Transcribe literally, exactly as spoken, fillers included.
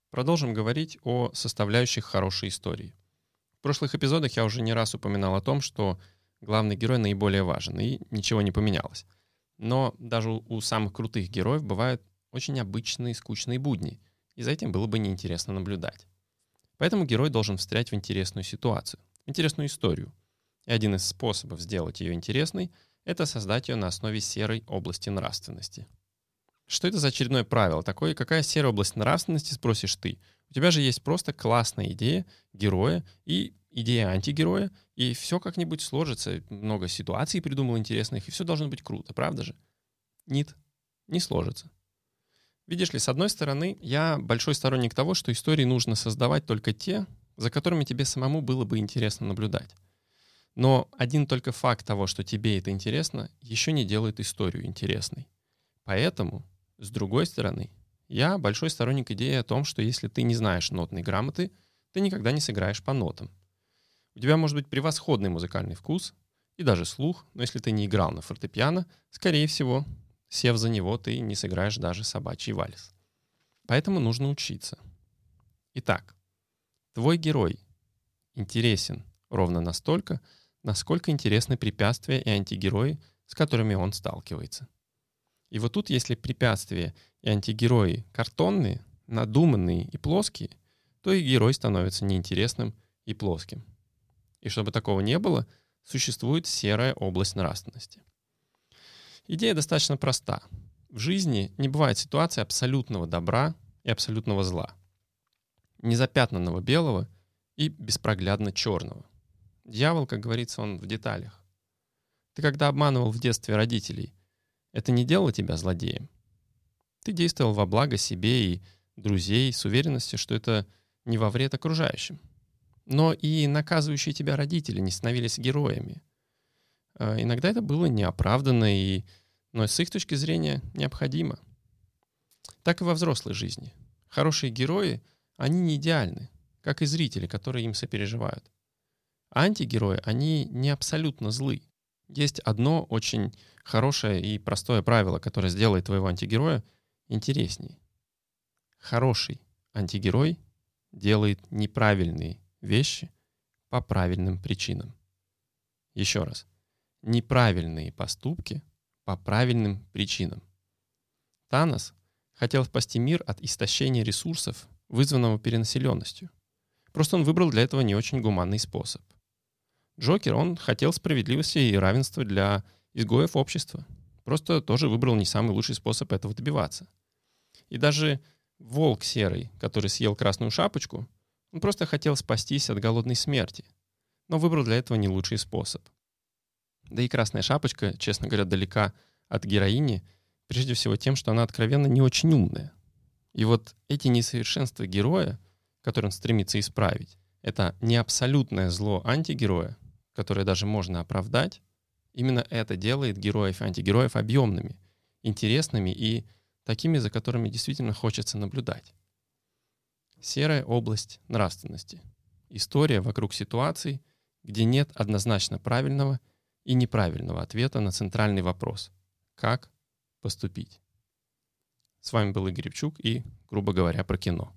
Продолжим говорить о составляющих хорошей истории. В прошлых эпизодах я уже не раз упоминал о том, что главный герой наиболее важен, и ничего не поменялось. Но даже у у самых крутых героев бывают очень обычные скучные будни, и за этим было бы неинтересно наблюдать. Поэтому герой должен встрять в интересную ситуацию, в интересную историю. И один из способов сделать ее интересной — это создать ее на основе серой области нравственности. Что это за очередное правило? Такое, какая серая область нравственности, спросишь ты. У тебя же есть просто классная идея героя и идея антигероя, и все как-нибудь сложится. Много ситуаций придумал интересных, и все должно быть круто, правда же? Нет, не сложится. Видишь ли, с одной стороны, я большой сторонник того, что истории нужно создавать только те, за которыми тебе самому было бы интересно наблюдать. Но один только факт того, что тебе это интересно, еще не делает историю интересной. Поэтому, с другой стороны, я большой сторонник идеи о том, что если ты не знаешь нотной грамоты, ты никогда не сыграешь по нотам. У тебя может быть превосходный музыкальный вкус и даже слух, но если ты не играл на фортепиано, скорее всего, сев за него, ты не сыграешь даже собачий вальс. Поэтому нужно учиться. Итак, твой герой интересен ровно настолько, насколько интересны препятствия и антигерои, с которыми он сталкивается. И вот тут, если препятствия и антигерои картонные, надуманные и плоские, то и герой становится неинтересным и плоским. И чтобы такого не было, существует серая область нравственности. Идея достаточно проста. В жизни не бывает ситуации абсолютного добра и абсолютного зла, незапятнанного белого и беспроглядно черного. Дьявол, как говорится, он в деталях. Ты когда обманывал в детстве родителей, это не делало тебя злодеем. Ты действовал во благо себе и друзей с уверенностью, что это не во вред окружающим. Но и наказывающие тебя родители не становились героями. А иногда это было неоправданно, и, но с их точки зрения необходимо. Так и во взрослой жизни. Хорошие герои, они не идеальны, как и зрители, которые им сопереживают. А антигерои, они не абсолютно злы. Есть одно очень хорошее и простое правило, которое сделает твоего антигероя интересней. Хороший антигерой делает неправильные вещи по правильным причинам. Еще раз. Неправильные поступки по правильным причинам. Танос хотел спасти мир от истощения ресурсов, вызванного перенаселенностью. Просто он выбрал для этого не очень гуманный способ. Джокер, он хотел справедливости и равенства для изгоев общества. Просто тоже выбрал не самый лучший способ этого добиваться. И даже волк серый, который съел красную шапочку, он просто хотел спастись от голодной смерти, но выбрал для этого не лучший способ. Да и красная шапочка, честно говоря, далека от героини, прежде всего тем, что она откровенно не очень умная. И вот эти несовершенства героя, которые он стремится исправить, это не абсолютное зло антигероя, которое даже можно оправдать. Именно это делает героев и антигероев объемными, интересными и такими, за которыми действительно хочется наблюдать. Серая область нравственности. История вокруг ситуаций, где нет однозначно правильного и неправильного ответа на центральный вопрос — как поступить. С вами был Игорь Рябчук и, грубо говоря, про кино.